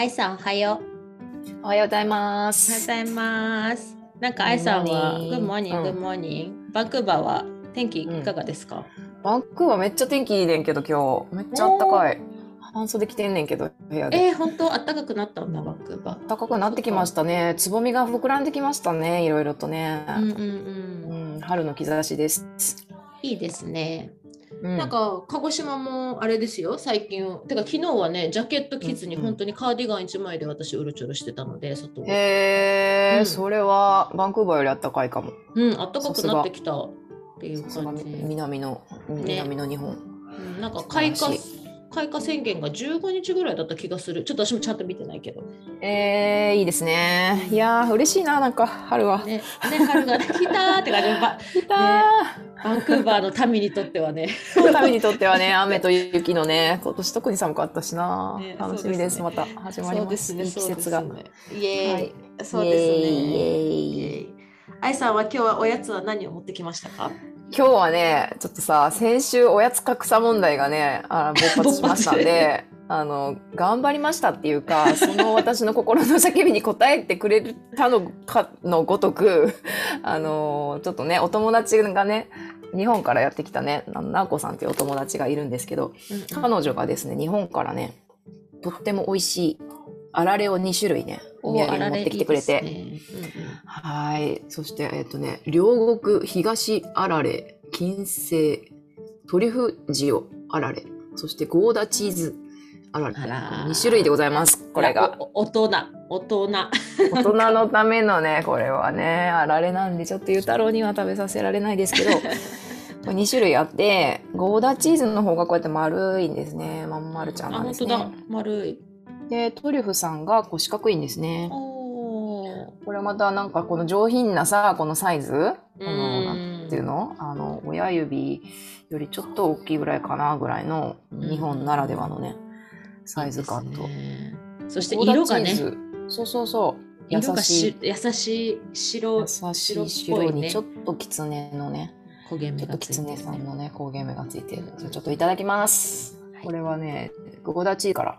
愛さん、おはよう。 おはようございまおはようごす。 ざいます。なんか、 グッモー愛さんは、グッニング。 モーニング、グッモーニング。バンクーバーは天気いうん。 かがですか？ バンクーバーめっちゃ天気いいねんけど今日。めっちゃあったおー、 かい。半袖着てんねんけど、部屋で。 本当、暖かくなったんだ、バンクーバー。 暖かくなってきましそっか。 たね。つぼみが膨らんできましたね。いろいろとね。 うんうんうん。 春の兆しです。 いいですね。なんうん。 か、鹿児島もあれですよ、最近。てか、昨日はね、ジャケット着ずに、 うん。 本当にカーディガン1枚で私、うろちょろしてたので、外を。 へえ、 うん。 それはバンクーバーよりあったかいかも。 うん、暖かくなってさすが。 きたっていうさすが感じ。ね。 南の日本。 うん、なんか素晴らしい。 開花宣言が15日ぐらいだった気がする。ちょっと私もちゃんと見てないけど。 いいですね。いうん。 やー、嬉しいな、なんか、春は。 春が来たーって感じで、 来たね、 ー。 バンクーバーの民にとってはね。 その民にとってはね、雨と雪のね、今年特に寒かったしな。 ね、そ楽しみです。 うですね。 また始まります。 そうですね、 いい季そうで節が。 すね。イエはい。 ーイ。 イエーそうですイ、イエね。イエーイ。 ーイ。愛さんは今日はおやつは何を持ってきましたか？ 今日はね、ちょっとさ、先週おやつ格差問題がね、勃発勃しましたん発。 で、頑張りましたっていうか、その私の心の叫びに応えてくれたのかのごとく、ちょっとね、お友達がね、日本からやってきたね、なおこさんっていうお友達がいるんですけど、 うん彼女がですね、日本からね、とっても美味しいあられを2種類ね、お土あら産に持ってきれいいでてくれて、 すね。 はい。そして、両国東あられ、金星、トリュフ塩あられ、そしてゴーダチーズあられ。 あこの2種類でらございます。 あら、 これが。 大人、大人。 大人のためのね、これはね、あられなんで、ちょっとゆうたろうには食べさせられないですけど、これ2種類あって、ゴーダチーズの方がこうやって丸いんですね。まん丸ちゃんあ、 なんですね。 本当だ。丸い。 で、トリュフさんがこう四角いんですね。 おー。 これまたなんかこの上品なさ、このサイズうなんていうーん。 の親指よりちょっと大きいぐらいかなぐらいの日本ならではのね、サイズいいです感と。 ね。そしてゴーダ色がね、 チーズ。そうそうそう。優色がしい。 優しい優白っしいぽいね。 白にちょっときつねのね、 焦げ目がちょっときついてるね。 つねさんのね、焦げ目がついてる。 うんちょっといただきます。 はい、 これはね、ゴーダチーズから。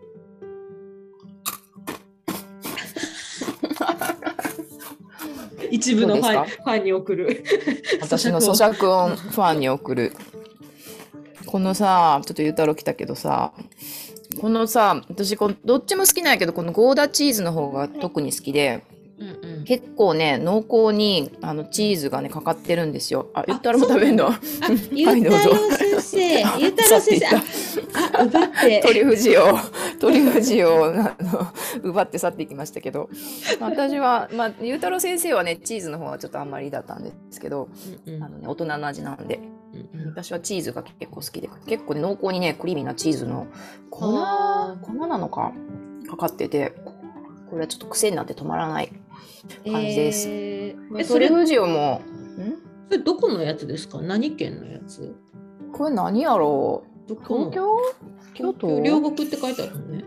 一部のフどうですか？ ァンに送る私の咀嚼音ファンに送る。このさ、ちょっとゆうたろう来たけどさ、このさ、私どっちも好きなんやけど、このゴーダチーズの方が特に好きで、 うんうん。 結構ね、濃厚にチーズがね、かかってるんですよ。あ、ゆっあ、 たろうもそうなんだ。 食べんの？ ゆうはい、どうぞ。 たろう先生、ゆうたろう先生、 去っていった。 奪って。 トリュフ塩を、トリュフ塩を奪って去っていきましたけど、私は、ゆうたろう先生はね、チーズの方はちょっとあんまりだったんですけど、 うんうん大人の味なんで、 うんうん。 私はチーズが結構好きで、結構ね、濃厚にね、クリーミーなチーズのあ粉なのかかかってて、これはちょっと癖になって止まらないー、 感じです。 それトリュフ塩も、 どこのやつですか？何県のやつ？ これ何やろう？ どこの？ 東京？京都？ 両国って書いてあるのね。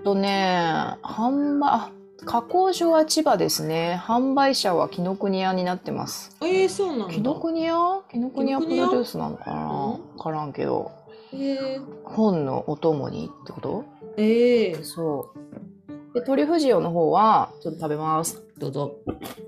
加工所は千葉ですね。販売者は紀ノ国屋になってます。 そうなんだ。 紀ノ国屋プロデュースなのかな、わからんけど。本のお供にってこと？そう。で、トリュフ塩の方は、ちょっと食べます。 どうぞ。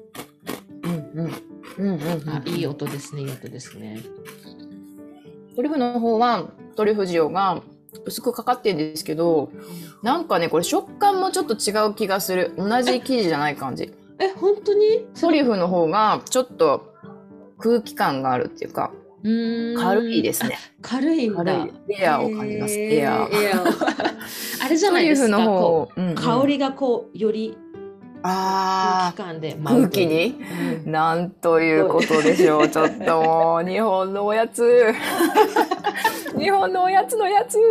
いい音ですね、いい音ですね。 トリュフの方は、トリュフ塩が薄くかかってるんですけど、なんかね、これ食感もちょっと違う気がする。同じ生地じゃない感じ。 本当に？ トリュフの方がちょっと空気感があるっていうか、軽いですね。 軽いんだ。 軽い。エアーを感じます。エアー。 あれじゃないですか。こう、香りがこう、より空気感で空気に、なんということでしょう。ちょっともう、日本のおやつ。日本のおやつのやつ。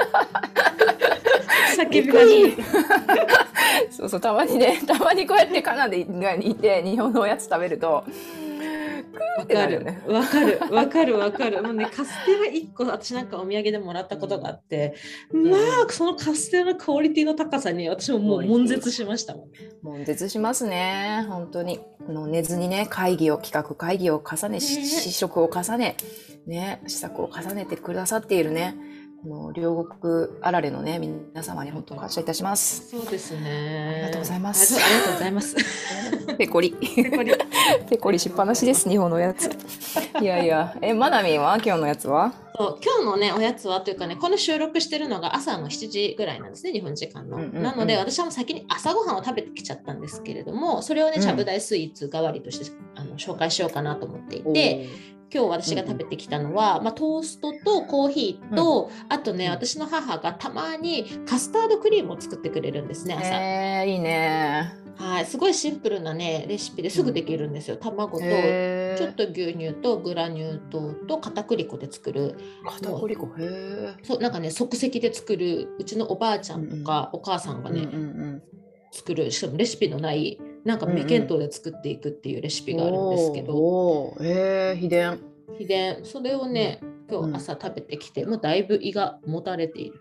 叫び始めた。 そうそう、たまにこうやってカナダにいて、日本のおやつ食べると、 わかる。もうね、カステラ1個、私なんかお土産でもらったことがあって、そのカステラのクオリティの高さに私ももう悶絶しましたもん。 悶絶しますね、本当に。寝ずにね、企画会議を重ね、試食を重ね、ね、試作を重ねてくださっているね、 この両国あられのね、皆様に本当感謝いたします。 そうですね。 ありがとうございます。 ありがとうございます。 ペコリ。ペコリしっぱなしです、日本のやつ。いやいや、マナミンは今日のやつは？ そう今日のね、おやつはというかね、この収録してるのが朝の7時ぐらいなんですね、日本時間の。なので、私はもう先に朝ごはんを食べてきちゃったんですけれども、それをね、ちゃぶ台スイーツ代わりとして紹介しようかなと思っていて、今日私が食べてきたのは、トーストとコーヒーと、あとね、私の母がたまにカスタードクリームを作ってくれるんですね、朝。 いいね。 はい、すごいシンプルなね、レシピですぐできるんですよ。卵と、ちょっと牛乳とグラニュー糖と片栗粉で作る。 片栗粉、 そう、なんかね、即席で作る、うちのおばあちゃんとか、お母さんがね、作る、しかもレシピのない、なんか無検討で作っていくっていうレシピがあるんですけど、 秘伝。 それをね、今日朝食べてきて、もうだいぶ胃がもたれている。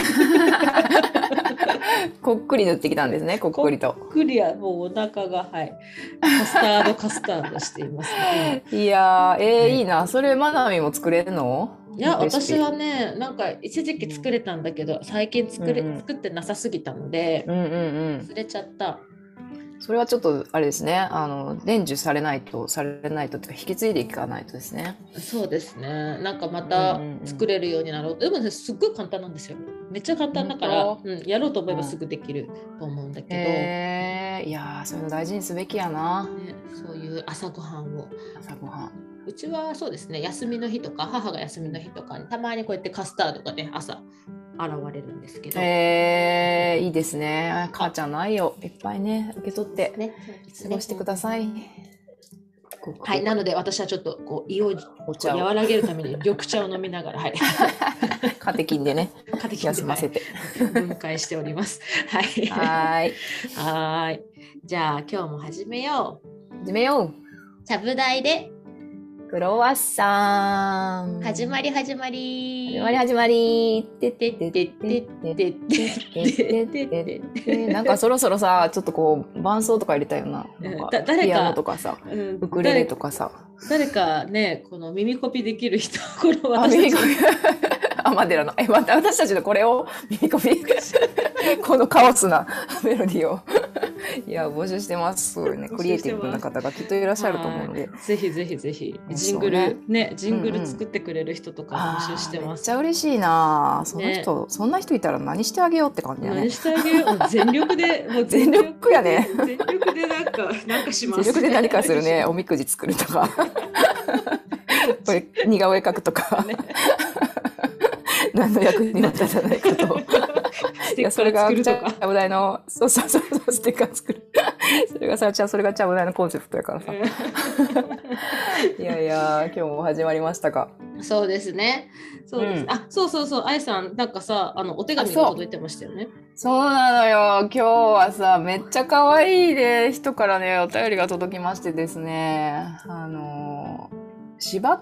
こっくり塗ってきたんですね、こっくりと。 こっくりはもうお腹が、はい、カスタードしていますね。 いやー、いいな。それマナミも作れるの？ いや、私はね、なんか一時期作れたんだけど、最近作ってなさすぎたので、忘れちゃった。 それはちょっとあれですね、伝授されないとっていうか、引き継いでいかないとですね。 そうですね。なんかまた作れるようになろう。でもね、すっごい簡単なんですよ。めっちゃ簡単だから、やろうと思えばすぐできると思うんだけど。 いやー、そういうの大事にすべきやな。 ね、そういう朝ごはんを。 朝ごはん。 うちはそうですね、休みの日とか、母が休みの日とかに、たまにこうやってカスタードがね、朝現れるんですけど。 いいですね。母ちゃんの愛をいっぱいね、受け取って過ごしてください。 はい、なので私はちょっとこう胃を和らげるために緑茶を飲みながら、はい、 カテキンでね、休ませて分解しております。はい。はい。じゃあ今日も始めよう。ちゃぶ台でクロワッサン。 始まり。 なんかそろそろさ、ちょっとこう伴奏とか入れたよな。ピアノとかさ、ウクレレとかさ。 誰かね、この耳コピできる人、この私たちアマデラの、私たちのこれを耳コピこのカオスなメロディーをいや募集してます。そうね、クリエイティブな方がきっといらっしゃると思うので、 ぜひジングル作ってくれる人とか募集してます。 めっちゃ嬉しいな。そんな人いたら何してあげようって感じだね。 何してあげよう。全力で全力やね。 全力でなんかします。 全力で何かするね。おみくじ作るとか、これ似顔絵描くとか、何の役にも立たないこと。いや、それがちゃぶ台の、そうステッカー作る。それがちゃぶ台のコンセプトやからさ。いや、今日も始まりましたか。 そうですね。そうです。そう、あいさん、なんかさ、お手紙が届いてましたよね。 そうなのよ。今日はさ、めっちゃ可愛いね、人からね、お便りが届きましてですね。柴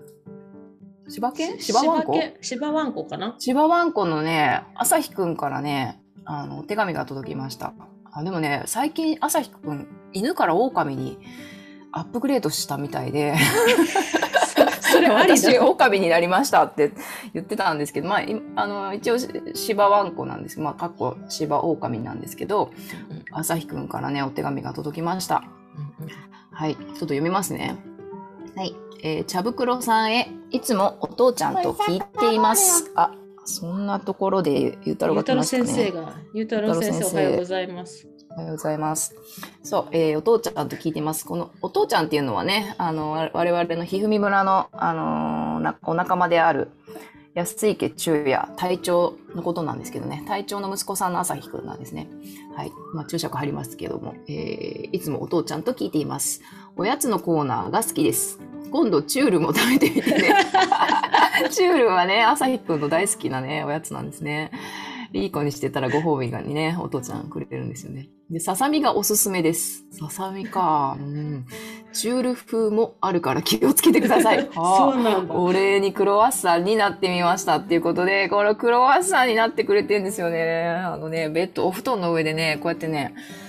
ワンコかな。柴ワンコのね、朝日くんからね、お手紙が届きました。でもね、最近朝日くん、犬から狼にアップグレードしたみたいで、それ私、狼になりましたって言ってたんですけど、一応柴ワンコなんです。かっこ柴狼なんですけど、朝日くんからね、お手紙が届きました。はい、ちょっと読みますね。はい。茶袋さんへ、いつもお父ちゃんと聞いています。そんなところでゆうたろうが来ましたね。 ゆうたろう先生、おはようございます。 おはようございます。そう、お父ちゃんと聞いています。このお父ちゃんっていうのはね、我々のひふみ村の、お仲間である安池中也隊長のことなんですけどね、隊長の息子さんの朝日くんなんですね。はい。注釈入りますけども、いつもお父ちゃんと聞いています。おやつのコーナーが好きです。今度チュールも食べてみてね。チュールはね、朝日くんの大好きなね、おやつなんですね。いい子にしてたらご褒美にね、お父ちゃんくれるんですよね。で、ささみがおすすめです。ささみか。チュール風もあるから気をつけてください。 そうなんだ。 お礼にクロワッサンになってみましたっていうことで、このクロワッサンになってくれてるんですよね。お布団の上でね、こうやってね、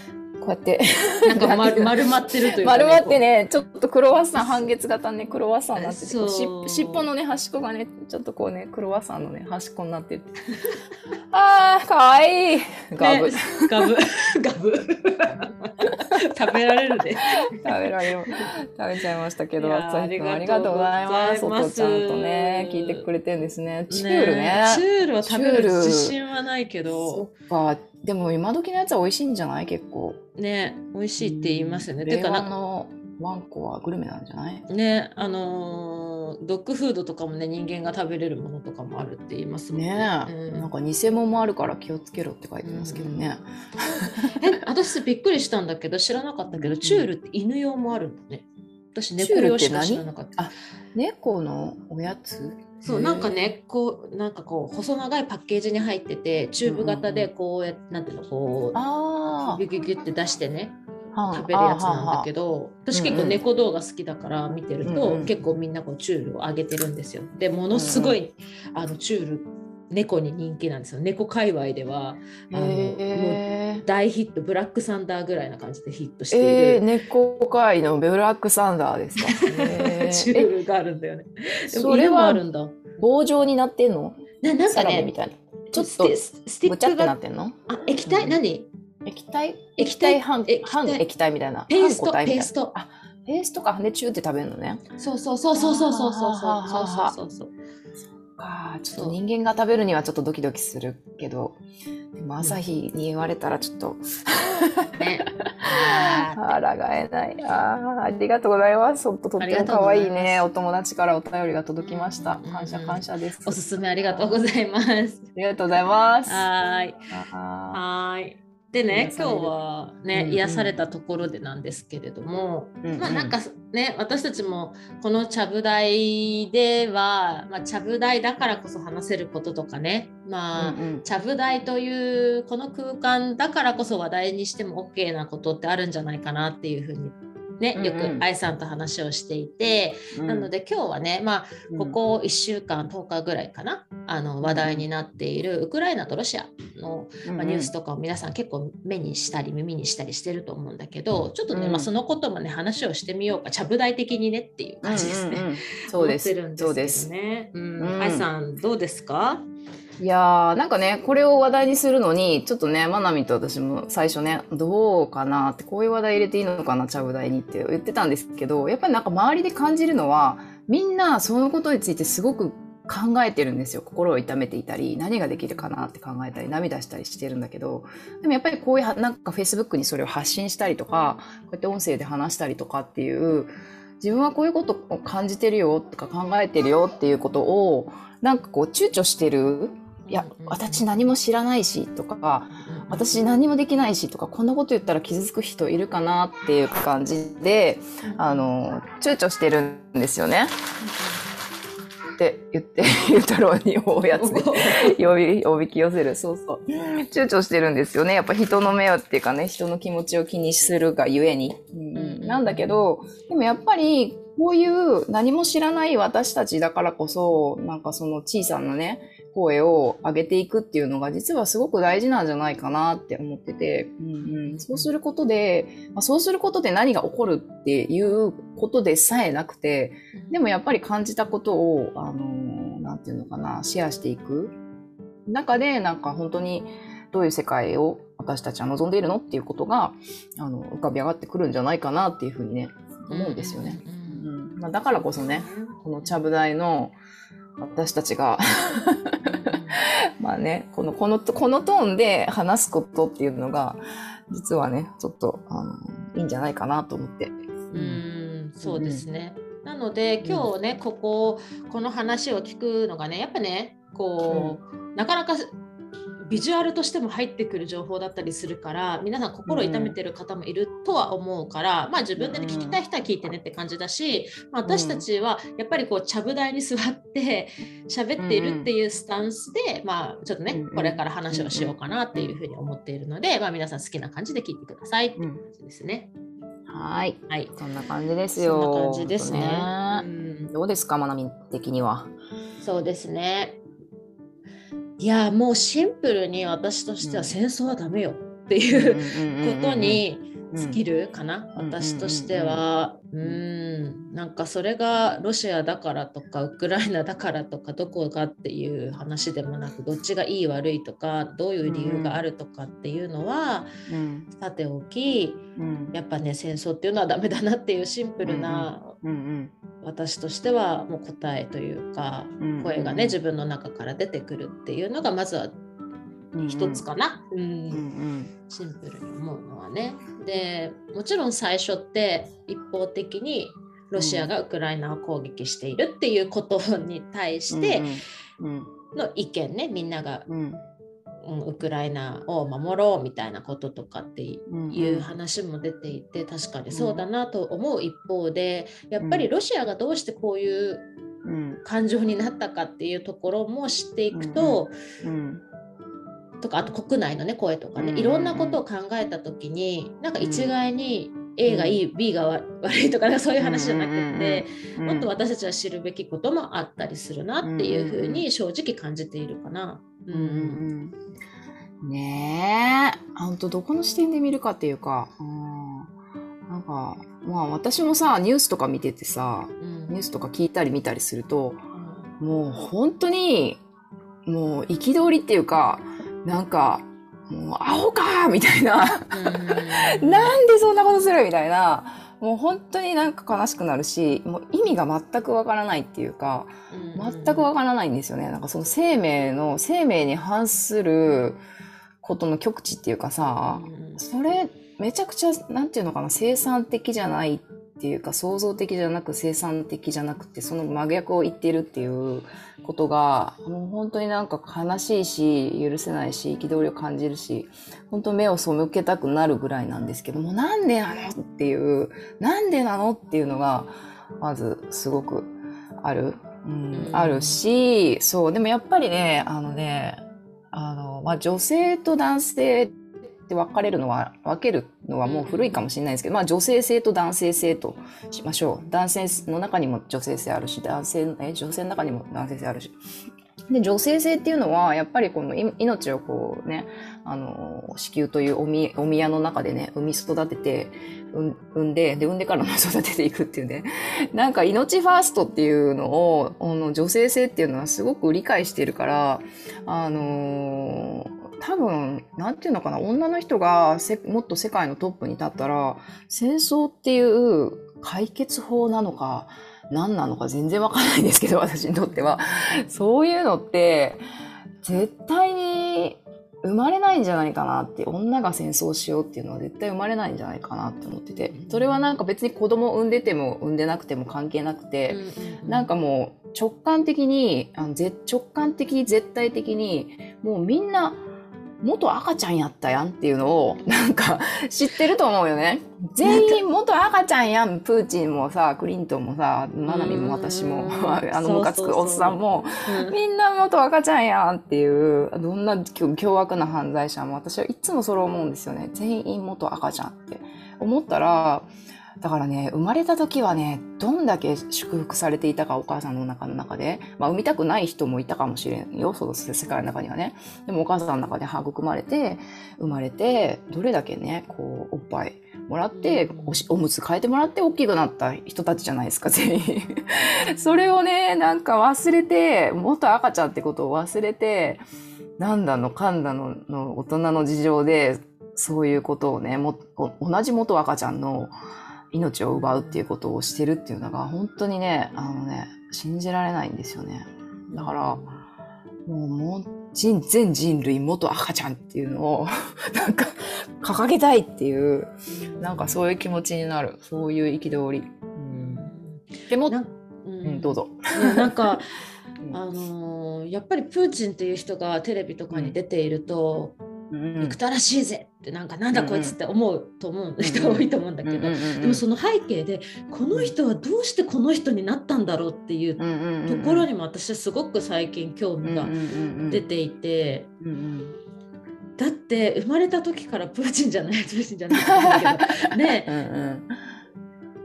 こうやってなんか丸まってるというか、 丸まってね、ちょっとクロワッサン、半月型ね、クロワッサンになってて、 そう尻尾のね、端っこがね、ちょっとこうね、クロワッサンのね、端っこになってて。あー、かわいい。ガブ。 ね、ガブ。ガブ。食べられるで。 食べちゃいましたけど、 いや朝日くんありがとうございます。お父ちゃんとね、聞いてくれてるんですね。チュールね。 チュールは食べる自信はないけど。 そっか。でも今時のやつは美味しいんじゃない結構。 ね、美味しいって言いますよね。て令和のワンコはグルメなんじゃないね、ドッグフードとかもね、人間が食べれるものとかもあるって言いますもんね。 なんか偽物もあるから気をつけろって書いてますけどね。 私びっくりしたんだけど、知らなかったけど、チュールって犬用もあるんだね。私猫用しか知らなかった。 猫のおやつ？ そう、なんかね、なんか細長いパッケージに入ってて、チューブ型でなんていうの、ギュギュギュって出してね、食べるやつなんだけど、私結構猫動画好きだから見てると、結構みんなチュールをあげてるんですよ。でものすごい、チュール猫に人気なんですよ。猫界隈ではもう大ヒット、ブラックサンダーぐらいな感じでヒットしている。 猫界のブラックサンダーですか？ チュールがあるんだよね。 それは棒状になってんの？ なんかね、 みたいな。ちょっとスティックがぐちゃってなってんの？ 液体、何？ 液体半液体みたいな。 ペースト。 ペーストか。でチューって食べるのね。 そう。ちょっと人間が食べるにはちょっとドキドキするけど、でも朝日に言われたらちょっとね、あらがえない。ありがとうございます。とっても可愛いね。お友達からお便りが届きました。感謝です。 おすすめありがとうございます。ありがとうございます。 はい。でね、今日はね、癒されたところでなんですけれども、なんかね、私たちもこのちゃぶ台では、ちゃぶ台だからこそ話せることとかね、ちゃぶ台というこの空間だからこそ話題にしても OK なことってあるんじゃないかなっていうふうにね、よく愛さんと話をしていて、なので今日はね、ここ1週間10日ぐらいかな、話題になっているウクライナとロシアの、ニュースとかを皆さん結構目にしたり耳にしたりしてると思うんだけど、ちょっとね、そのこともね話をしてみようか、ちゃぶ台的にねっていう感じですね。 そうです。 思ってるんですけどね。愛さんどうですか？ いやー、なんかね、これを話題にするのに、ちょっとね、まなみと私も最初ね、どうかなって、こういう話題入れていいのかな、ちゃぶ台にって言ってたんですけど、やっぱりなんか周りで感じるのは、みんなそのことについてすごく考えてるんですよ。心を痛めていたり、何ができるかなって考えたり、涙したりしてるんだけど、でもやっぱりこういうなんか Facebook にそれを発信したりとか、こうやって音声で話したりとかっていう、自分はこういうことを感じてるよとか考えてるよっていうことを、なんか躊躇してる。いや、私何も知らないしとか、私何もできないしとか、こんなこと言ったら傷つく人いるかなっていう感じで、躊躇してるんですよね。って言って、ゆうたろうにおやつでおびき寄せる。そう。躊躇してるんですよね。やっぱ人の目をっていうかね、人の気持ちを気にするがゆえに。なんだけど、でもやっぱり、こういう何も知らない私たちだからこそ、なんかその小さなね、声を上げていくっていうのが実はすごく大事なんじゃないかなって思ってて、そうすることで何が起こるっていうことでさえなくて、でもやっぱり感じたことを、なんていうのかな、シェアしていく中で、なんか本当にどういう世界を私たちは望んでいるのっていうことが、浮かび上がってくるんじゃないかなっていうふうにね、思うんですよね。だからこそね、このちゃぶ台の私たちがまあね、このトーンで話すことっていうのが実はね、ちょっといいんじゃないかなと思って。 そうですね。なので今日ね、この話を聞くのがね、やっぱね、なかなかビジュアルとしても入ってくる情報だったりするから、皆さん心痛めてる方もいるとは思うから、自分で聞きたい人は聞いてねって感じだし、私たちはやっぱりちゃぶ台に座って喋っているっていうスタンスで、ちょっとね、これから話をしようかなっていうふうに思っているので、皆さん好きな感じで聞いてくださいっていう感じですね。 はい。そんな感じですよ。 そんな感じですね。 どうですか、まなみ的には。 そうですね。いや、もうシンプルに私としては戦争はダメよっていうことにスキルかな、私としては。なんかそれがロシアだからとかウクライナだからとかどこがっていう話でもなく、どっちがいい悪いとかどういう理由があるとかっていうのはさておき、やっぱね戦争っていうのはダメだなっていうシンプルな私としてはもう答えというか、声がね自分の中から出てくるっていうのがまずは一つかな、シンプルに思うのはね。でもちろん最初って一方的にロシアがウクライナを攻撃しているっていうことに対しての意見ね、みんなが、ウクライナを守ろうみたいなこととかっていう話も出ていて、確かにそうだなと思う一方で、やっぱりロシアがどうしてこういう感情になったかっていうところも知っていくと、とかあと国内のね声とかね、いろんなことを考えた時になんか一概に A がいい、B が悪いとかそういう話じゃなくて、もっと私たちは知るべきこともあったりするなっていうふうに正直感じているかな。 ねえ、本当どこの視点で見るかっていうか、なんかまあ私もさニュースとか見ててさ、ニュースとか聞いたり見たりすると、もう本当にもう憤りっていうか、なんかもうアホかみたいななんでそんなことするみたいな、もう本当になんか悲しくなるし、もう意味が全くわからないっていうか、全くわからないんですよね。なんかその生命に反することの極致っていうかさ、それめちゃくちゃなんていうのかな、生産的じゃないっていうか、創造的じゃなく生産的じゃなくて、その真逆を言っているっていうことがもう本当になんか悲しいし、許せないし、憤りを感じるし、本当目を背けたくなるぐらいなんですけども、なんでなのっていう、なんでなのっていうのがまずすごくある、あるし、そうでもやっぱりね、まあ、女性と男性って分けるのはもう古いかもしれないですけど、まあ女性性と男性性としましょう。男性の中にも女性性あるし、女性の中にも男性性あるし。で、女性性っていうのは、やっぱりこの命をこうね、子宮というお宮の中でね、産み育てて、産んでから育てていくっていうね。なんか命ファーストっていうのを、女性性っていうのはすごく理解してるから、多分、なんていうのかな、女の人がもっと世界のトップに立ったら、戦争っていう解決法なのか、何なのか全然わかんないんですけど、私にとっては。そういうのって、絶対に生まれないんじゃないかなって、女が戦争しようっていうのは絶対生まれないんじゃないかなって思ってて、それはなんか別に子供産んでても産んでなくても関係なくて、なんかもう直感的に絶対的に、もうみんな、元赤ちゃんやったやんっていうのをなんか知ってると思うよね。全員元赤ちゃんやん。プーチンもさ、クリントンもさ、マナミも私も、ムカつくおっさんも、みんな元赤ちゃんやんっていう、どんな凶悪な犯罪者も私はいつもそれを思うんですよね。全員元赤ちゃんって思ったら、だからね、生まれた時はね、どんだけ祝福されていたか、お母さんの中で。まあ、産みたくない人もいたかもしれんよ、その世界の中にはね。でもお母さんの中で育まれて、生まれて、どれだけね、こう、おっぱいもらって、おむつ変えてもらって大きくなった人たちじゃないですか、全員。それをね、なんか忘れて、元赤ちゃんってことを忘れて、なんだのかんだの大人の事情で、そういうことをね、同じ元赤ちゃんの命を奪うっていうことをしてるっていうのが本当にね、信じられないんですよね。だからもう全人類元赤ちゃんっていうのをなんか掲げたいっていう、なんかそういう気持ちになる、そういう憤り。でもどうぞ。 なんかやっぱりプーチンっていう人がテレビとかに出ていると、憎たらしいぜってなんだこいつって思うと思う人多いと思うんだけど、でもその背景でこの人はどうしてこの人になったんだろうっていうところにも私はすごく最近興味が出ていて、だって生まれた時からプーチンじゃないんだけどね、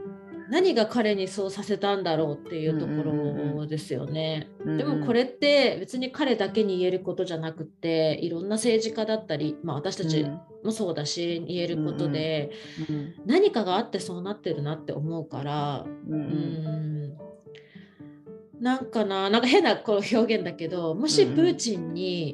何が彼にそうさせたんだろうっていうところですよね。でもこれって別に彼だけに言えることじゃなくて、いろんな政治家だったり、私たちもそうだし言えることで、何かがあってそうなってるなって思うから、なんか変なこう表現だけど、もしプーチンに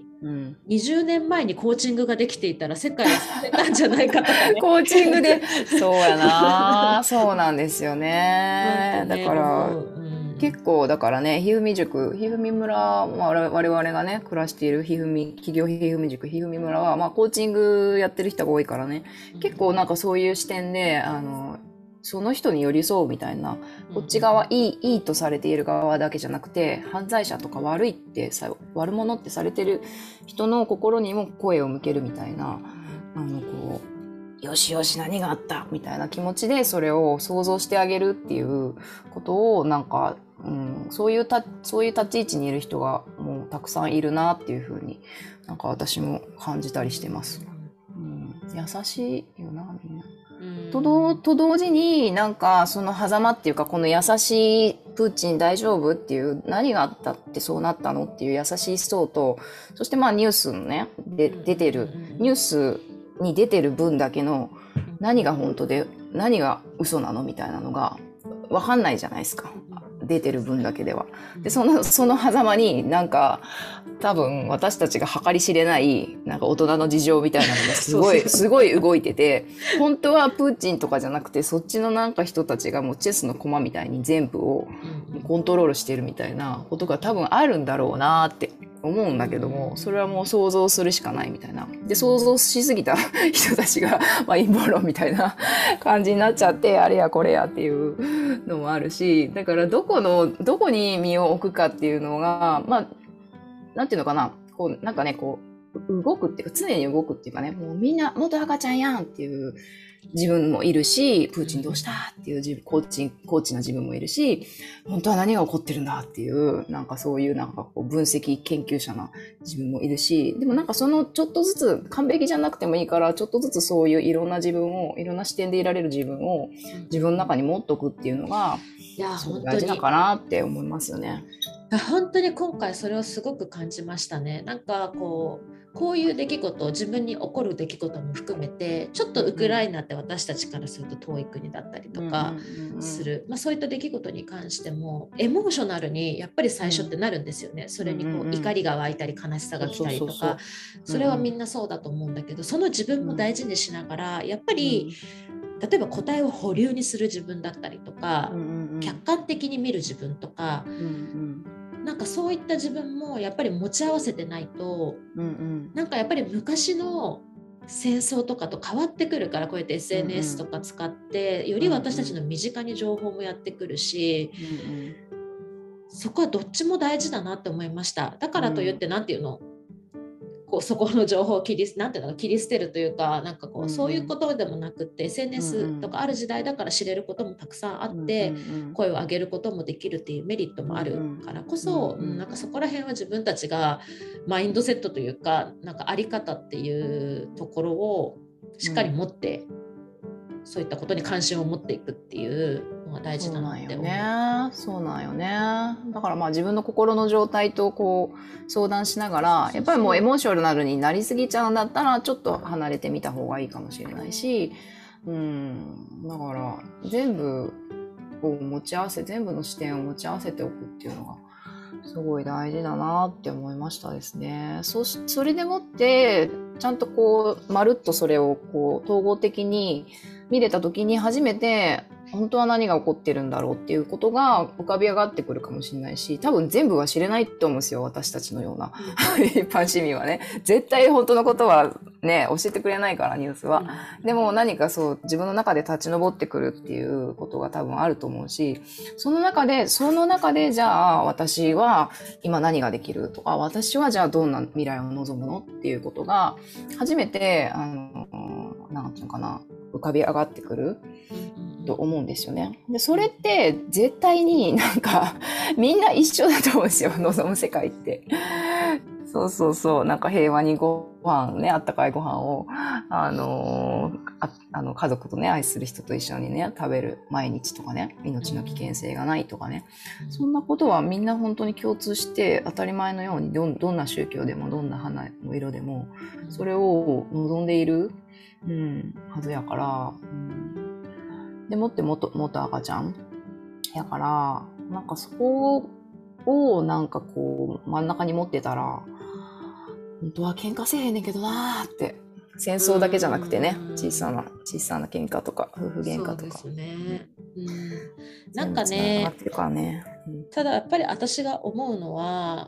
20年前にコーチングができていたら世界は救えたんじゃないかとかね。 コーチングでそうやなそうなんですよね。だから結構だからね、ひふみ塾、ひふみ村、我々がね暮らしている企業ひふみ塾ひふみ村は、コーチングやってる人が多いからね、結構なんかそういう視点でその人に寄り添うみたいな、こっち側いいとされている側だけじゃなくて、犯罪者とか悪者ってされてる人の心にも声を向けるみたいな、こうよしよし何があったみたいな気持ちでそれを想像してあげるっていうことをなんか、そういう立ち位置にいる人がもうたくさんいるなっていうふうになんか私も感じたりしてます。優しいよなみんな。と同時になんかその狭間っていうか、この優しいプーチン大丈夫っていう、何があったってそうなったのっていう優しい層と、そしてニュースのねで出てるニュースに出てる分だけの何が本当で何が嘘なのみたいなのが分かんないじゃないですか、出てる分だけでは。でその狭間になんか多分私たちが計り知れないなんか大人の事情みたいなのがすごい動いてて、本当はプーチンとかじゃなくてそっちのなんか人たちがもうチェスの駒みたいに全部をコントロールしてるみたいなことが多分あるんだろうなって思うんだけども、それはもう想像するしかないみたいな。で想像しすぎた人たちが陰謀論みたいな感じになっちゃって、あれやこれやっていうのもあるし、だからどこに身を置くかっていうのがなんていうのかな、こうなんかね、こう動くっていうか、常に動くっていうかね、もうみんな元赤ちゃんやんっていう自分もいるし、プーチンどうしたっていうコーチの自分もいるし、本当は何が起こってるんだっていうなんかそういうなんかこう分析研究者な自分もいるし、でもなんかそのちょっとずつ完璧じゃなくてもいいから、ちょっとずつそういういろんな自分を、いろんな視点でいられる自分を自分の中に持っとくっていうのが大事だかなって思いますよね。 本当に今回それをすごく感じましたね。なんかこういう出来事、自分に起こる出来事も含めて、ちょっとウクライナって私たちからすると遠い国だったりとかする、そういった出来事に関してもエモーショナルにやっぱり最初ってなるんですよね。それにこう怒りが湧いたり悲しさが来たりとか、それはみんなそうだと思うんだけど、その自分も大事にしながら、やっぱり例えば答えを保留にする自分だったりとか、客観的に見る自分とか、なんかそういった自分もやっぱり持ち合わせてないと、なんかやっぱり昔の戦争とかと変わってくるから、こうやって SNS とか使ってより私たちの身近に情報もやってくるし、そこはどっちも大事だなって思いました。だからといってなんていうの、こうそこの情報を切り捨てるというか、なんかこうそういうことでもなくって、SNS とかある時代だから知れることもたくさんあって、声を上げることもできるっていうメリットもあるからこそ、なんかそこら辺は自分たちがマインドセットというか、なんかあり方っていうところをしっかり持って、そういったことに関心を持っていくっていうのが大事だなって思う。 そうなんよね。だから自分の心の状態とこう相談しながら、やっぱりもうエモーショナルになりすぎちゃうんだったらちょっと離れてみた方がいいかもしれないし、だから全部を持ち合わせ、全部の視点を持ち合わせておくっていうのがすごい大事だなって思いましたですね。それでもってちゃんとこうまるっとそれをこう統合的に見れた時に初めて本当は何が起こってるんだろうっていうことが浮かび上がってくるかもしれないし、多分全部は知れないと思うんですよ、私たちのような一般市民はね。絶対本当のことはね教えてくれないから、ニュースは。でも何かそう自分の中で立ち上ってくるっていうことが多分あると思うし、その中でじゃあ私は今何ができるとか、私はじゃあどんな未来を望むのっていうことが初めてなんていうのかな、浮かび上がってくると思うんですよね。でそれって絶対になんかみんな一緒だと思うんですよ、望む世界って。 そうそうそう、なんか平和にご飯ね、あったかいご飯を、家族とね、愛する人と一緒にね、食べる毎日とかね、命の危険性がないとかね、そんなことはみんな本当に共通して当たり前のようにどんな宗教でもどんな花の色でも、それを望んでいる、はずやから、でもって元赤ちゃんやから、なんかそこをなんかこう真ん中に持ってたら、本当は喧嘩せえへんねんけどなーって。戦争だけじゃなくてね、小さな喧嘩とか夫婦喧嘩とか。 そうですね。なんかね、ただやっぱり私が思うのは、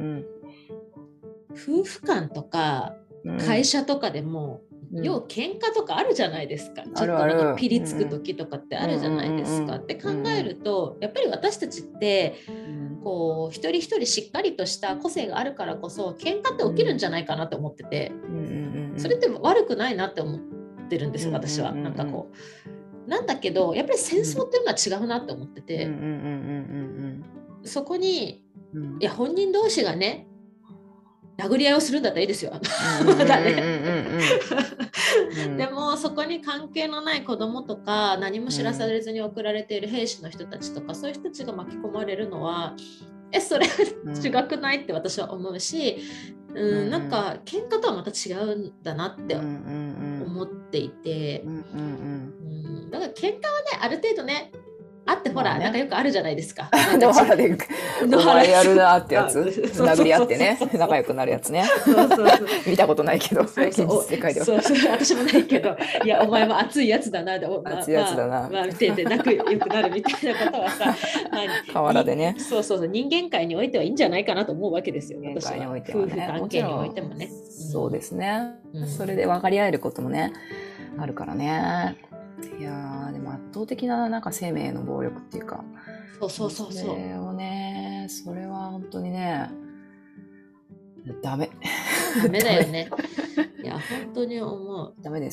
夫婦間とか会社とかでも、要は喧嘩とかあるじゃないですか。ちょっとなんかピリつく時とかってあるじゃないですか。って考えると、やっぱり私たちってこう一人一人しっかりとした個性があるからこそ喧嘩って起きるんじゃないかなって思ってて、それって悪くないなって思ってるんですよ、私は。なんかこうなんだけどやっぱり戦争っていうのは違うなって思ってて、そこにいや本人同士がね殴り合いをするんだったらいいですよ。まだね。でもそこに関係のない子供とか何も知らされずに送られている兵士の人たちとか、そういう人たちが巻き込まれるのはそれ違くないって私は思うし、なんか喧嘩とはまた違うんだなって思っていて、だから喧嘩はねある程度ねあってほら、なんかよくあるじゃないですか。 野原でお前やるなってやつ、殴り合ってね、仲良くなるやつね。見たことないけど、現実世界では。 私もないけど、いやお前は熱いやつだな、 熱いやつだな。 手で仲良くなるみたいなことはさ、 河原でね。 そう人間界においてはいいんじゃないかなと思うわけですよ。私は夫婦関係においてもね。 そうですね。それで分かり合えることもねあるからね。いやでも圧倒的ななんか生命の暴力っていうか、 それをね、それは本当にね、ダメだよね。いや本当に思う。 ダメです。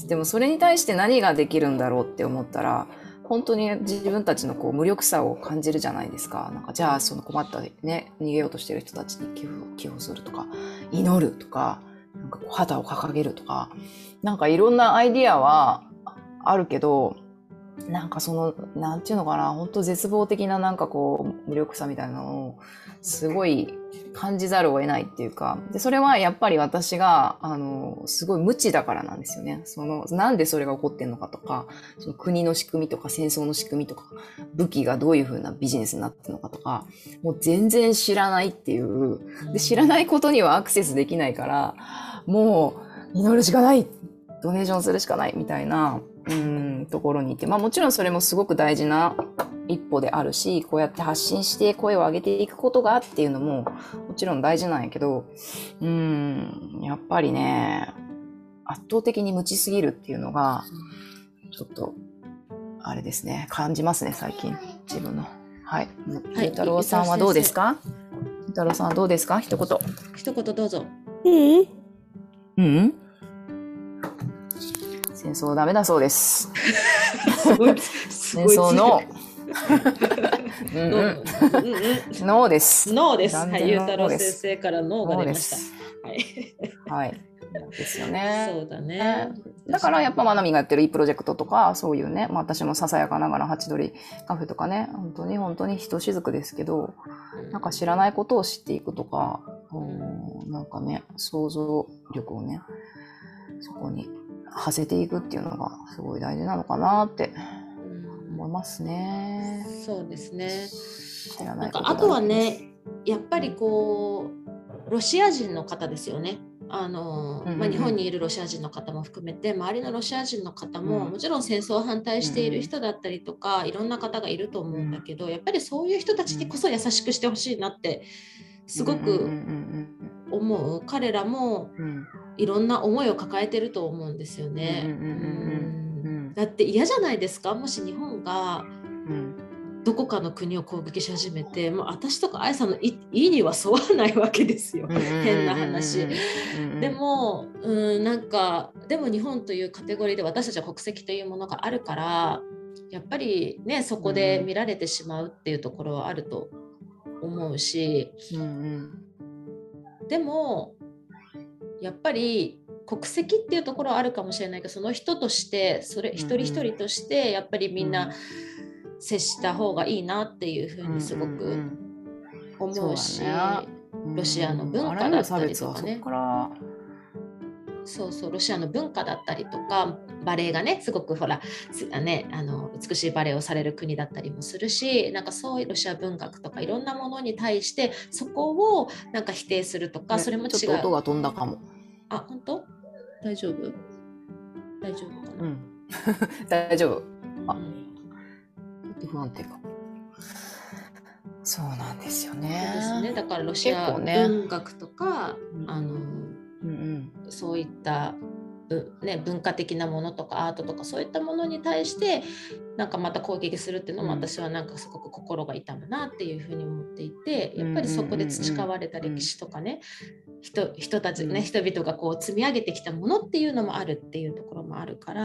でもそれに対して何ができるんだろうって思ったら、本当に自分たちのこう無力さを感じるじゃないですか。なんかじゃあその困ったね逃げようとしてる人たちに寄付するとか、祈るとか、なんかこう旗を掲げるとか、なんかいろんなアイディアはあるけど、なんかそのなんていうのかな、本当絶望的ななんかこう無力さみたいなのをすごい感じざるを得ないっていうか、でそれはやっぱり私がすごい無知だからなんですよね。なんでそれが起こってんのかとか、その国の仕組みとか戦争の仕組みとか、武器がどういう風なビジネスになってるのかとか、もう全然知らないっていう。で知らないことにはアクセスできないから、もう祈るしかない、ドネーションするしかないみたいなところにいて、まあもちろんそれもすごく大事な一歩であるし、こうやって発信して声を上げていくことがっていうのももちろん大事なんやけど、やっぱりね、圧倒的に無知すぎるっていうのがちょっとあれですね、感じますね最近自分の。はい。ゆうたろうさんはどうですか？ゆうたろうさんはどうですか？一言どうぞ。戦争ダメだそうです。戦争のノーです。 ノーです。はい、ゆうたろう先生からノーが出ました。 はい。ですよね。 そうだね。 だからやっぱまなみがやってるいいプロジェクトとか、そういうね、まあ私もささやかながらハチドリカフェとかね、本当にひとしずくですけど、なんか知らないことを知っていくとか、なんかね、想像力をね、そこに馳せていくっていうのがすごい大事なのかなって思いますね。 そうですね。 知らないことなんかあとはね、やっぱりこうロシア人の方ですよね。日本にいるロシア人の方も含めて周りのロシア人の方も、もちろん戦争を反対している人だったりとか、いろんな方がいると思うんだけど、やっぱりそういう人たちにこそ優しくしてほしいなってすごく思う。彼らもいろんな思いを抱えてると思うんですよね。だって嫌じゃないですか、もし日本がどこかの国を攻撃し始めて、もう私とか愛さんの意には沿わないわけですよ。変な話。でもなんかでも日本というカテゴリーで私たちは国籍というものがあるから、やっぱりねそこで見られてしまうっていうところはあると思うし、 でもやっぱり国籍っていうところはあるかもしれないけど、その人としてそれ一人一人としてやっぱりみんな接した方がいいなっていうふうにすごく思うし、ロシアの文化だったりとかね、そうそう、ロシアの文化だったりとか、バレエがねすごくほらね、美しいバレエをされる国だったりもするし、なんかそういうロシア文学とかいろんなものに対してそこをなんか否定するとか、それも違う。 ちょっと音が飛んだかも。 あ、本当？大丈夫？大丈夫かな？ 大丈夫。不安定か。そうなんですよね。 そうですね。だからロシア文学とか、そういった文化的なものとかアートとかそういったものに対してなんかまた攻撃するっていうのも私はなんかすごく心が痛むなっていうふうに思っていて、やっぱりそこで培われた歴史とかね、人たちね、人々がこう積み上げてきたものっていうのもあるっていうところもあるから、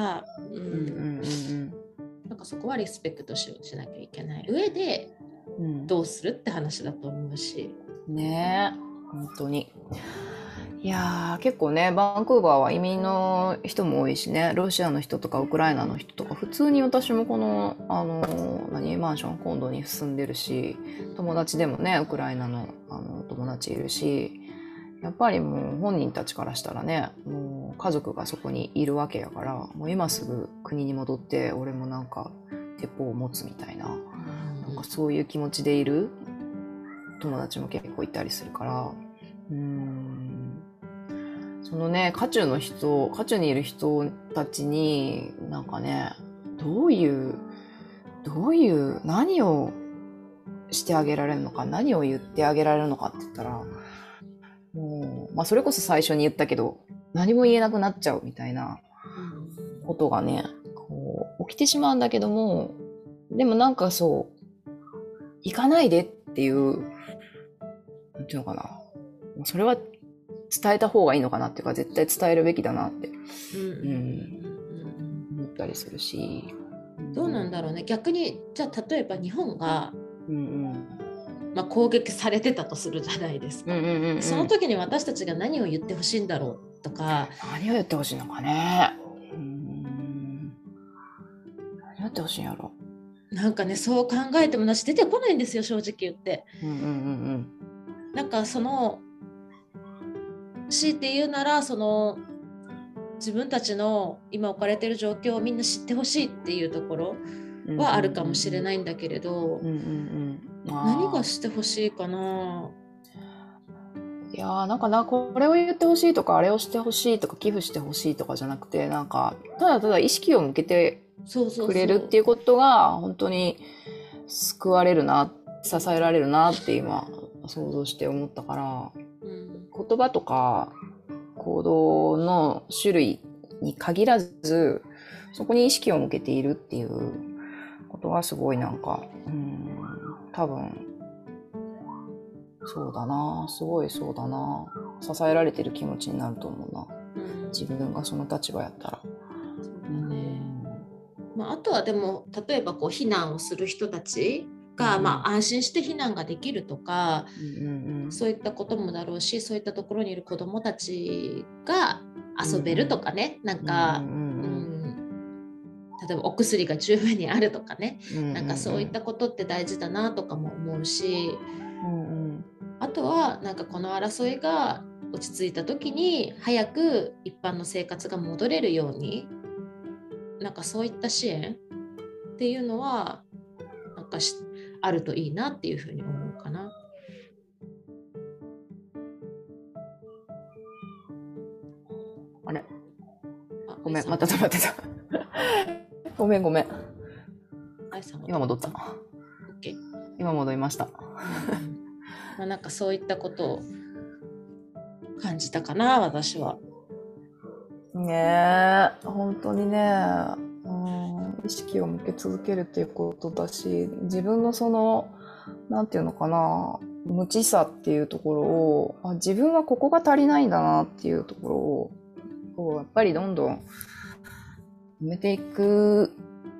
なんかそこはリスペクトしなきゃいけない上でどうするって話だと思うし。 ねえ、本当に。いや結構ね、バンクーバーは移民の人も多いしね、ロシアの人とかウクライナの人とか、普通に私もこのマンションコンドに住んでるし、友達でもねウクライナの友達いるし、やっぱりもう本人たちからしたらね、もう家族がそこにいるわけやから、もう今すぐ国に戻って俺もなんか鉄砲を持つみたいな、なんかそういう気持ちでいる友達も結構いたりするから、そのね、渦中にいる人たちになんかね、どういう何をしてあげられるのか、何を言ってあげられるのかって言ったら、もう、それこそ最初に言ったけど何も言えなくなっちゃうみたいなことがね、こう起きてしまうんだけども、でもなんかそう行かないでっていう、なんていうのかな、それは伝えた方がいいのかなっていうか、絶対伝えるべきだなって思ったりするし、 どうなんだろうね。逆にじゃあ例えば日本が、攻撃されてたとするじゃないですか。その時に私たちが何を言ってほしいんだろうとか。 何を言ってほしいのかね。何を言ってほしいんやろ。 なんかね、そう考えてもなし出てこないんですよ、正直言って。なんかその強いて言うなら、その自分たちの今置かれている状況をみんな知ってほしいっていうところはあるかもしれないんだけれど、何がしてほしいかな。 いやー、なんかな、これを言ってほしいとかあれをしてほしいとか寄付してほしいとかじゃなくて、なんかただただ意識を向けてくれるっていうことが本当に救われるな、支えられるなって今想像して思ったから、言葉とか行動の種類に限らずそこに意識を向けているっていうことがすごいなんか、多分そうだな、すごいそうだな、支えられてる気持ちになると思うな、自分がその立場やったら。 あとはでも例えばこう避難をする人たちが、安心して避難ができるとか、そういったこともだろうし、そういったところにいる子どもたちが遊べるとかね、なんか、例えばお薬が十分にあるとかね、なんかそういったことって大事だなとかも思うし、あとはなんかこの争いが落ち着いた時に早く一般の生活が戻れるように、なんかそういった支援っていうのはなんかあるといいなっていうふうに思うかな。 あれ、ごめん、また止まってた。ごめん。今戻った。 OK。 今戻りました。 なんかそういったことを感じたかな、私は。 ねえ、本当にね、意識を向け続けるっていうことだし、自分のそのなんていうのかな、無知さっていうところを、自分はここが足りないんだなっていうところをやっぱりどんどん埋めていく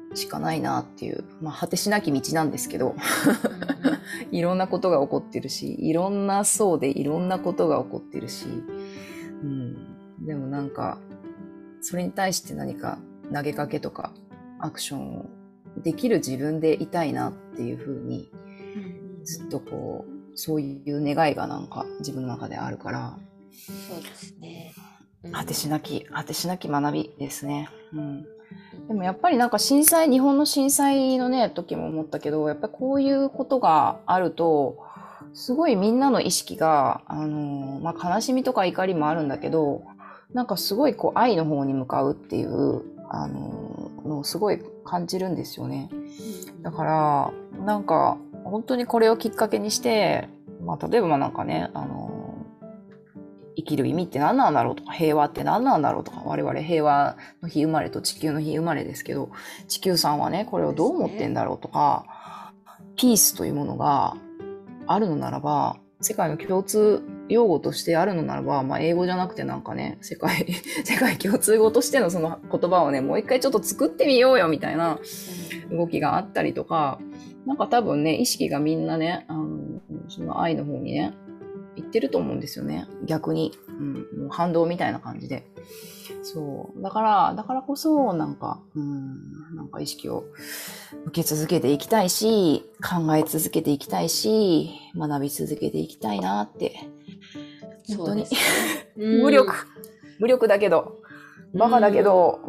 しかないなっていう、まあ、果てしなき道なんですけどいろんなことが起こってるし、いろんな層でいろんなことが起こってるし、でもなんかそれに対して何か投げかけとかアクションをできる自分でいたいなっていうふうに、ずっとこうそういう願いがなんか自分の中であるから、 そうですね、 果てしなき学びですね。でもやっぱりなんか日本の震災のね時も思ったけど、やっぱりこういうことがあるとすごいみんなの意識がまあ、悲しみとか怒りもあるんだけど、なんかすごいこう愛の方に向かうっていうのをすごい感じるんですよね。だからなんか本当にこれをきっかけにして、まあ、例えばなんかね生きる意味って何なんだろうとか、平和って何なんだろうとか、我々平和の日生まれと地球の日生まれですけど、地球さんはねこれをどう思ってんだろうとか、ピースというものがあるのならば、世界の共通用語としてあるのならば、まあ、英語じゃなくてなんかね、世界共通語としてのその言葉をね、もう一回ちょっと作ってみようよみたいな動きがあったりとか、なんか多分ね、意識がみんなね、その愛の方にね、言ってると思うんですよね。逆に。もう反動みたいな感じで。そう。だからこそ、なんか意識を受け続けていきたいし、考え続けていきたいし、学び続けていきたいなって。本当に。無力だけど、バカだけど、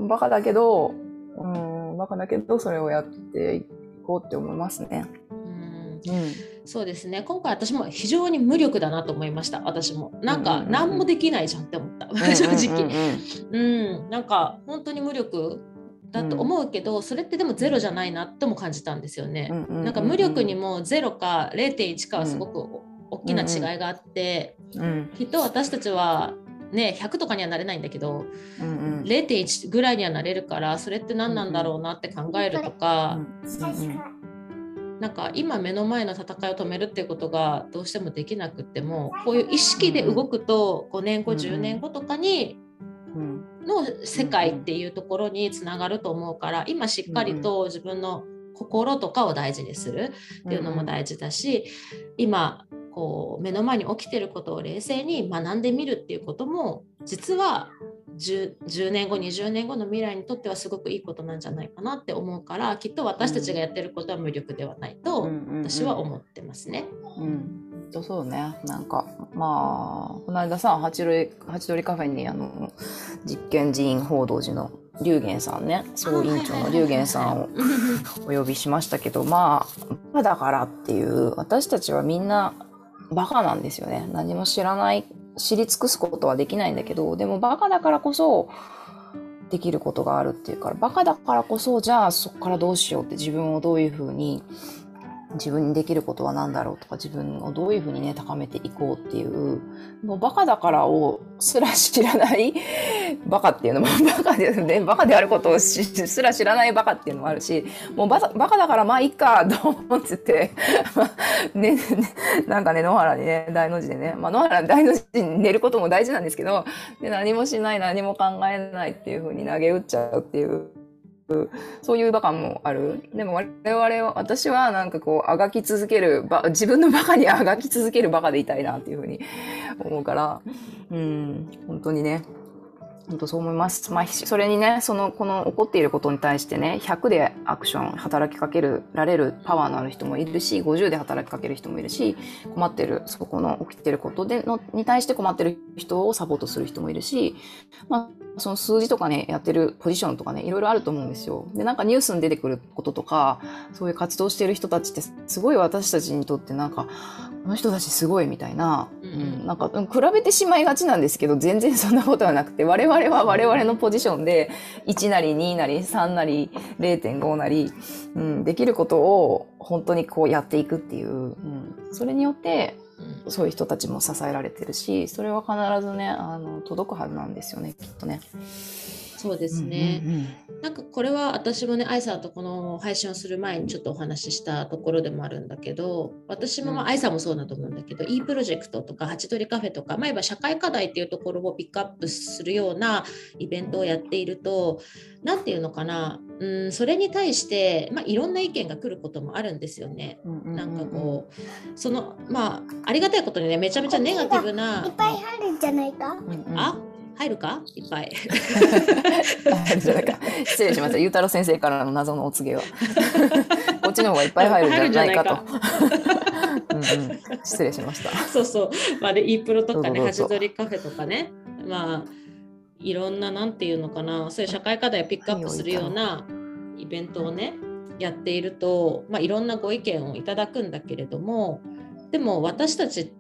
それをやっていこうって思いますね。 そうですね。今回私も非常に無力だなと思いました。私もなんか何もできないじゃんって思った。正直。なんか本当に無力だと思うけど、それってでもゼロじゃないなとも感じたんですよね。なんか無力にも0か 0.1 かはすごく大きな違いがあって、きっと私たちはね、100とかにはなれないんだけど、0.1 ぐらいにはなれるから、それって何なんだろうなって考えるとか、なんか今目の前の戦いを止めるっていうことがどうしてもできなくっても、こういう意識で動くと5年後10年後とかにの世界っていうところにつながると思うから、今しっかりと自分の心とかを大事にするっていうのも大事だし、今こう目の前に起きてることを冷静に学んでみるっていうことも、実は10年後20年後の未来にとってはすごくいいことなんじゃないかなって思うから、きっと私たちがやってることは無力ではないと私は思ってますね。 そうね。なんかまあこの間さ、ハチドリカフェに実験寺院報道寺の龍玄さんね、総委員長の龍玄さんをお呼びしましたけど、まあバカだからっていう、私たちはみんなバカなんですよね。何も知り尽くすことはできないんだけど、でもバカだからこそできることがあるっていうから、バカだからこそ、じゃあそこからどうしようって、自分をどういうふうに、自分にできることは何だろうとか、自分をどういうふうにね高めていこうっていう、もうバカだからをすら知らないバカっていうのもバカですね。バカであることをすら知らないバカっていうのもあるし、もうバカだからまあいいかと思っててね、なんかね、野原にね、大の字でね、まあ野原大の字に寝ることも大事なんですけど、で何もしない、何も考えないっていうふうに投げ打っちゃうっていう、そういうバカもある。でも私はなんかこうあがき続ける、自分のバカにあがき続けるバカでいたいなっていうふうに思うから、本当にね、本当そう思います。まあそれにね、この起こっていることに対してね、100でアクション働きかけられるパワーのある人もいるし、50で働きかける人もいるし、困ってるそこの起きてることに対して困ってる人をサポートする人もいるし、まあその数字とかね、やってるポジションとかね、いろいろあると思うんですよ。で、なんかニュースに出てくることとか、そういう活動してる人たちってすごい私たちにとってなんか、この人たちすごいみたいな、なんか比べてしまいがちなんですけど、全然そんなことはなくて、我々は我々のポジションで1なり2なり3なり 0.5 なり、できることを本当にこうやっていくっていう、それによってそういう人たちも支えられてるし、それは必ずね届くはずなんですよね、きっとね。 そうですね。なんかこれは私もね、愛さんとこの配信をする前にちょっとお話ししたところでもあるんだけど、私も愛さんもそうだと思うんだけど、いいプロジェクトとかハチドリカフェとか、いわば社会課題っていうところをピックアップするようなイベントをやっていると、なんていうのかな、それに対して、いろんな意見が来ることもあるんですよね。なんかこう、そのありがたいことにね、めちゃめちゃネガティブな。 いっぱい入るんじゃないか。 入るかいっぱい。 入るじゃないか。失礼しました。ゆうたろう先生からの謎のお告げは。こっちの方がいっぱい入るんじゃないかと。失礼しました。 そうそう。で、イープロとかね、ハチドリカフェとかね、いろんな、なんていうのかな、そういう社会課題をピックアップするようなイベントをね、やっていると、いろんなご意見をいただくんだけれども、でも私たちって、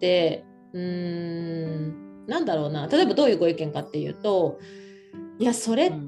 なんだろうな、例えばどういうご意見かっていうと、いやそれって、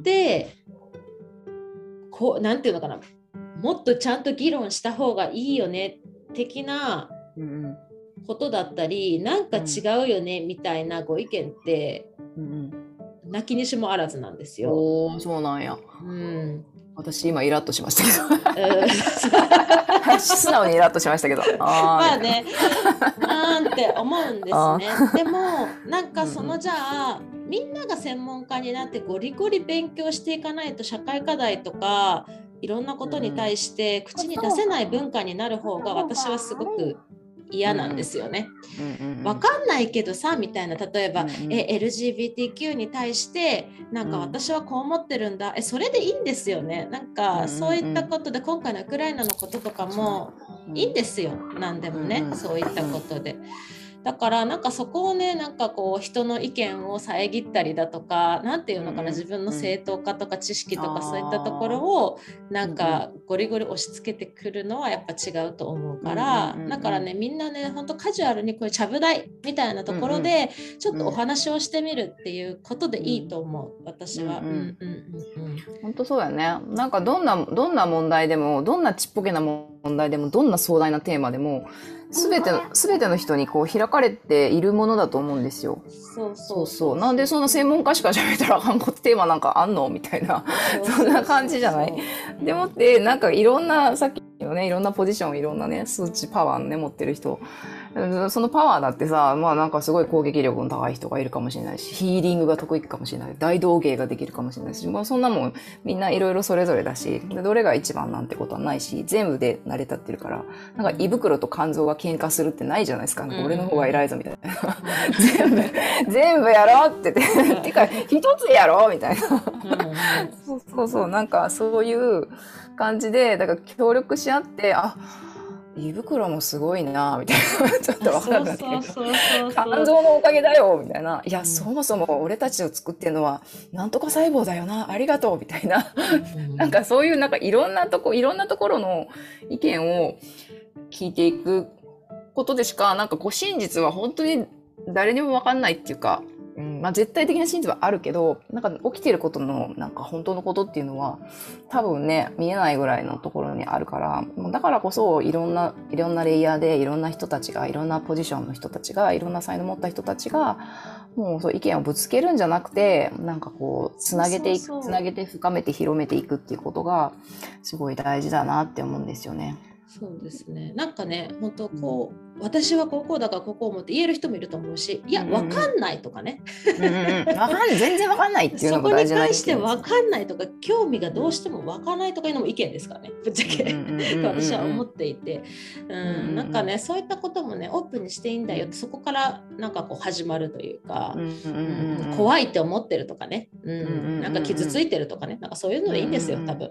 こうなんていうのかな、もっとちゃんと議論した方がいいよね的なことだったり、なんか違うよねみたいなご意見って、泣きにしもあらずなんですよ。 そうなんや。私今イラッとしましたけど素直にイラッとしましたけどねって思うんですね。でもなんかそのじゃあみんなが専門家になってゴリゴリ勉強していかないと社会課題とかいろんなことに対して口に出せない文化になる方が私はすごく嫌なんですよね。わかんないけどさみたいな、例えば、LGBTQ に対してなんか私はこう思ってるんだ、それでいいんですよね。なんかそういったことで今回のウクライナのこととかもいいんですよ、なんでもね、そういったことで。だからなんかそこをね、なんかこう人の意見を遮ったりだとか、なんていうのかな、自分の正当化とか知識とかそういったところをなんかゴリゴリ押し付けてくるのはやっぱ違うと思うから、だからね、みんなね、本当カジュアルにこういうちゃぶ台みたいなところでちょっとお話をしてみるっていうことでいいと思う、私は。 本当そうやね。なんかどんな問題でも、どんなちっぽけな問題でも、どんな壮大なテーマでもすべての人にこう開かれているものだと思うんですよ。そう。なんでその専門家しか喋ったら反骨テーマなんかあんのみたいなそんな感じじゃない。でもってなんかいろんなさっきのね、いろんなポジション、いろんなね数値パワーのね持ってる人、そのパワーだってさ、なんかすごい攻撃力の高い人がいるかもしれないし、ヒーリングが得意かもしれない、大道芸ができるかもしれないし、そんなもんみんないろいろそれぞれだし、どれが一番なんてことはないし、全部で成り立ってるから、なんか胃袋と肝臓が喧嘩するってないじゃないですか。なんか俺の方が偉いぞみたいな。全部やろうっててか一つやろうみたいな。そうなんかそういう感じで、だから協力し合って、胃袋もすごいなみたいな、ちょっと分かんないけど、肝臓のおかげだよみたいな、いや、そもそも俺たちを作ってるのはなんとか細胞だよな、ありがとうみたいな、なんかそういうなんかいろんなところの意見を聞いていくことでしか、なんかこう真実は本当に誰にも分かんないっていうか、絶対的な真実はあるけど、なんか起きてることのなんか本当のことっていうのは多分ね、見えないぐらいのところにあるから、だからこそいろんなレイヤーでいろんな人たちが、いろんなポジションの人たちが、いろんな才能を持った人たちがもうそう意見をぶつけるんじゃなくて、なんかこうつなげて深めて広めていくっていうことがすごい大事だなって思うんですよね。 そうですね。なんかね、本当こう、私はこうだからこう思って言える人もいると思うし、いや、わかんないとかね。 全然わかんないっていうのが大事な意見です。 そこに対してわかんないとか、興味がどうしてもわからないとかいうのも意見ですからね、ぶっちゃけ。私は思っていて、なんかね、そういったこともね、オープンにしていいんだよって、そこからなんかこう始まるというか、怖いって思ってるとかね、なんか傷ついてるとかね、なんかそういうのでいいんですよ、多分。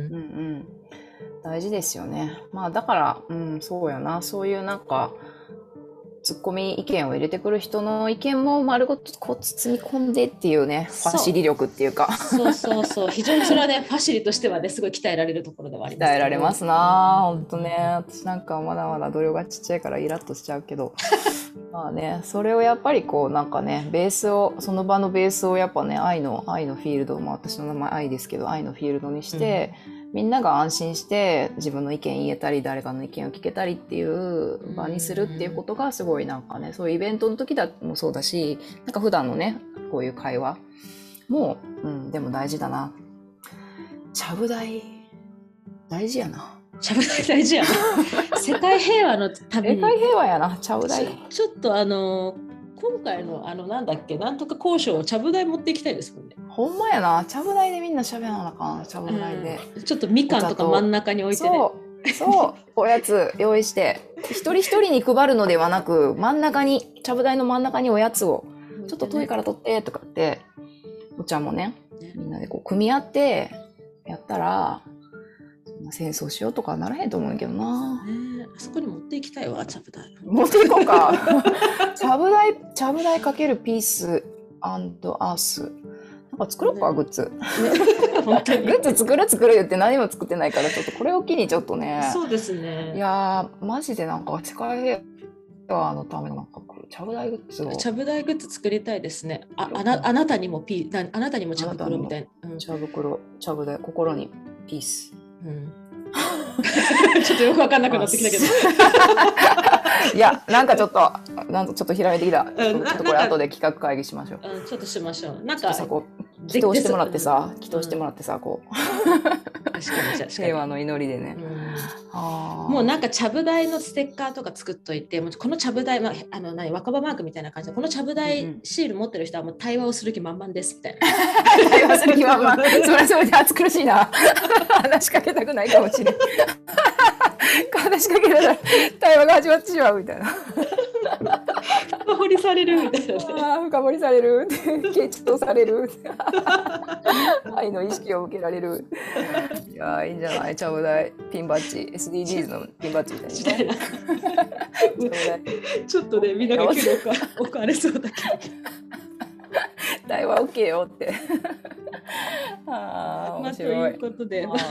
大事ですよね。だから、そうやな。そういうなんか、ツッコミ意見を入れてくる人の意見も丸ごとこう包み込んでっていうね、ファシリ力っていうか。 そう。非常にそれはね、ファシリとしてはね、すごい鍛えられるところではあります。 鍛えられますな、ほんとね。私なんかまだまだ度量がちっちゃいからイラッとしちゃうけど。それをやっぱりこうなんかね、その場のベースをやっぱね、愛のフィールド、私の名前愛ですけど、愛のフィールドにして、みんなが安心して自分の意見言えたり、誰かの意見を聞けたりっていう場にするっていうことがすごいなんかね、そういうイベントの時もそうだし、なんか普段のね、こういう会話もう、でも大事だな。ちゃぶ台、大事やな。 ちゃぶ台大事やな。世界平和のために。 世界平和やな、ちゃぶ台。 ちょっと今回のなんだっけ、なんとか交渉をちゃぶ台持っていきたいですもんね。 ほんまやな、ちゃぶ台でみんな喋らなあかん、ちゃぶ台で。 ちょっとみかんとか真ん中に置いてね。 そう、おやつ用意して、一人一人に配るのではなく、真ん中に、ちゃぶ台の真ん中におやつを、ちょっと遠いから取ってとかって、お茶もね、みんなでこう組み合ってやったら、戦争しようとかならへんと思うんやけどな。 あそこに持っていきたいわ、ちゃぶ台。 持っていこうか。ちゃぶ台かけるピース&アース。なんか作ろうか、グッズ。 本当に。 グッズ作る言って何も作ってないから、ちょっとこれを機にちょっとね。 そうですね。 いやー、マジでなんか世界平和のためのなんかちゃぶ台グッズを。 ちゃぶ台グッズ作りたいですね。あなたにもあなたにもちゃぶ袋みたいな。 ちゃぶ台、心にピース。 ちょっとよくわかんなくなってきたけど。 いや、なんかちょっとひらめいてきた。ちょっとこれ後で企画会議しましょう。 ちょっとしましょう。なんか祈祷してもらってさ、こう。 確かに平和の祈りでね。 もうなんかちゃぶ台のステッカーとか作っといて、このちゃぶ台、若葉マークみたいな感じで、このちゃぶ台シール持ってる人はもう対話をする気満々ですみたいな。 対話する気満々。それで暑苦しいな。話しかけたくないかもしれない。話しかけたら対話が始まってしまうみたいな。 深掘りされるみたいな。 深掘りされる。傾聴される。愛の意識を受けられる。いやいいんじゃない、ちゃぶ台ピンバッジ SDGs のピンバッジみたいな、 ちょっとねみんなが結構置かれそうだけど対話 OK よって面白い。 ということでなんか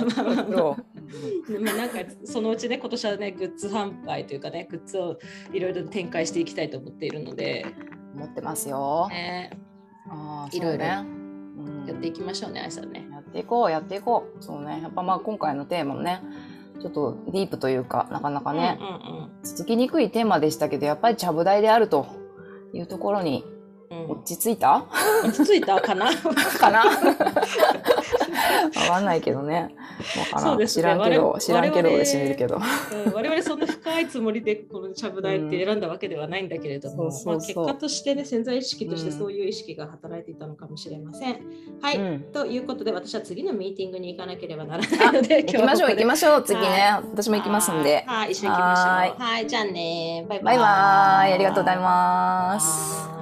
そのうちね今年はねグッズ販売というかねグッズをいろいろ展開していきたいと思っているので思ってますよ。 いろいろやっていきましょうね、愛さんね。 やっていこう。そうね。やっぱ今回のテーマもね、ちょっとディープというか、なかなかね、続きにくいテーマでしたけど、やっぱりちゃぶ台であるというところに落ち着いた？ 落ち着いたかな？ かな？わかんないけどね。 そうですね、 知らんけどで死ねるけど。 我々そんな深いつもりでこのちゃぶ台って選んだわけではないんだけれども、結果としてね、潜在意識としてそういう意識が働いていたのかもしれません。はい、ということで私は次のミーティングに行かなければならないので、 行きましょう、次ね。私も行きますんで。 はい、一緒に行きましょう。はい、じゃあね、バイバイ。 バイバイ、ありがとうございます。